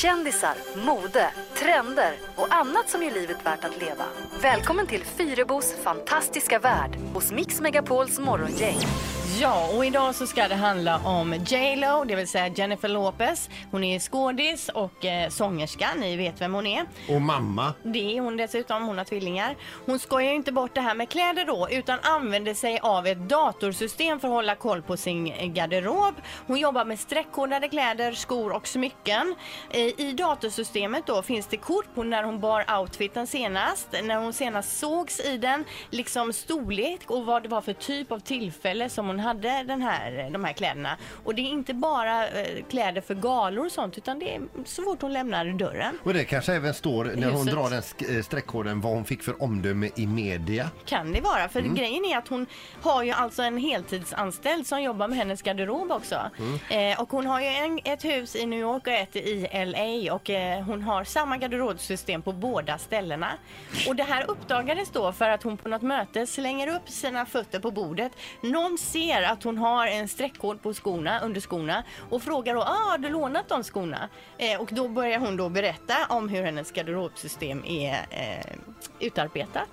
kändisar, mode, trender och annat som gör livet värt att leva. Välkommen till Fyrebos fantastiska värld hos Mix Megapols morgongäng. Ja, och idag så ska det handla om J.Lo, det vill säga Jennifer Lopez. Hon är skådis och sångerska, ni vet vem hon är. Och mamma. Det är hon dessutom, hon har tvillingar. Hon skojar ju inte bort det här med kläder då, utan använder sig av ett datorsystem för att hålla koll på sin garderob. Hon jobbar med streckkodade kläder, skor och smycken. I datorsystemet då finns det kort på när hon bar outfiten senast, när hon senast sågs i den, liksom storlek och vad det var för typ av tillfälle som hon hade de här kläderna. Och det är inte bara kläder för galor och sånt, utan det är så fort hon lämnar dörren. Och det kanske även står när hon drar den streckkoden vad hon fick för omdöme i media. Kan det vara, för grejen är att hon har ju alltså en heltidsanställd som jobbar med hennes garderob också. Och hon har ju ett hus i New York och ett i LA och hon har samma garderobsystem på båda ställena. Och det här uppdagades då för att hon på något möte slänger upp sina fötter på bordet. Någon ser att hon har en streckkod på skorna, under skorna, och frågar då, har du lånat de skorna? Och då börjar hon då berätta om hur hennes garderobsystem är utarbetat.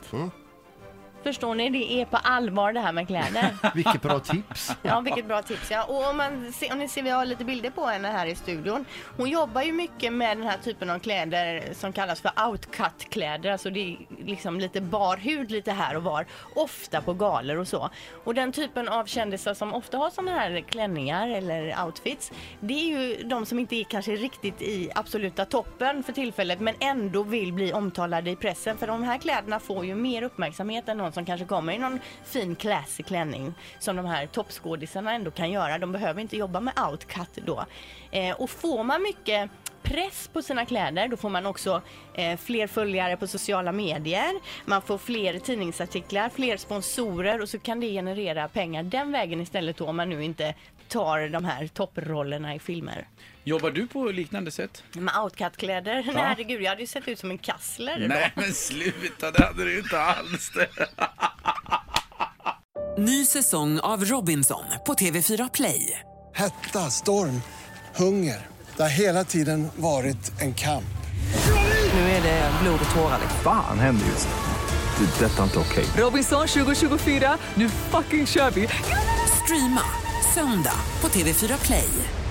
Förstår ni, det är på allvar det här med kläder. Vilket bra tips. Ja, vilket bra tips. Ja. Och om ni ser, vi har lite bilder på henne här i studion. Hon jobbar ju mycket med den här typen av kläder som kallas för outcut-kläder. Alltså det är liksom lite bar hud lite här och var. Ofta på galor och så. Och den typen av kändisar som ofta har såna här klänningar eller outfits, det är ju de som inte är kanske riktigt i absoluta toppen för tillfället, men ändå vill bli omtalade i pressen. För de här kläderna får ju mer uppmärksamhet än någon som kanske kommer i någon fin classic klänning som de här toppskådisarna ändå kan göra. De behöver inte jobba med outcut då. Och får man mycket press på sina kläder, då får man också fler följare på sociala medier. Man får fler tidningsartiklar, fler sponsorer, och så kan det generera pengar den vägen istället då, om man nu inte tar de här topprollerna i filmer. Jobbar du på liknande sätt? Med outcut-kläder? Ja. Nej, herregud, jag hade ju sett ut som en kassler. Nej, men sluta, det hade du inte alls det. Ny säsong av Robinson på TV4 Play. Hetta, storm, hunger. Det har hela tiden varit en kamp. Nu är det blod och tårar. Fan händer just det. Det är detta inte okej. Robinson 2024, nu fucking kör vi. Streama söndag på TV4 Play.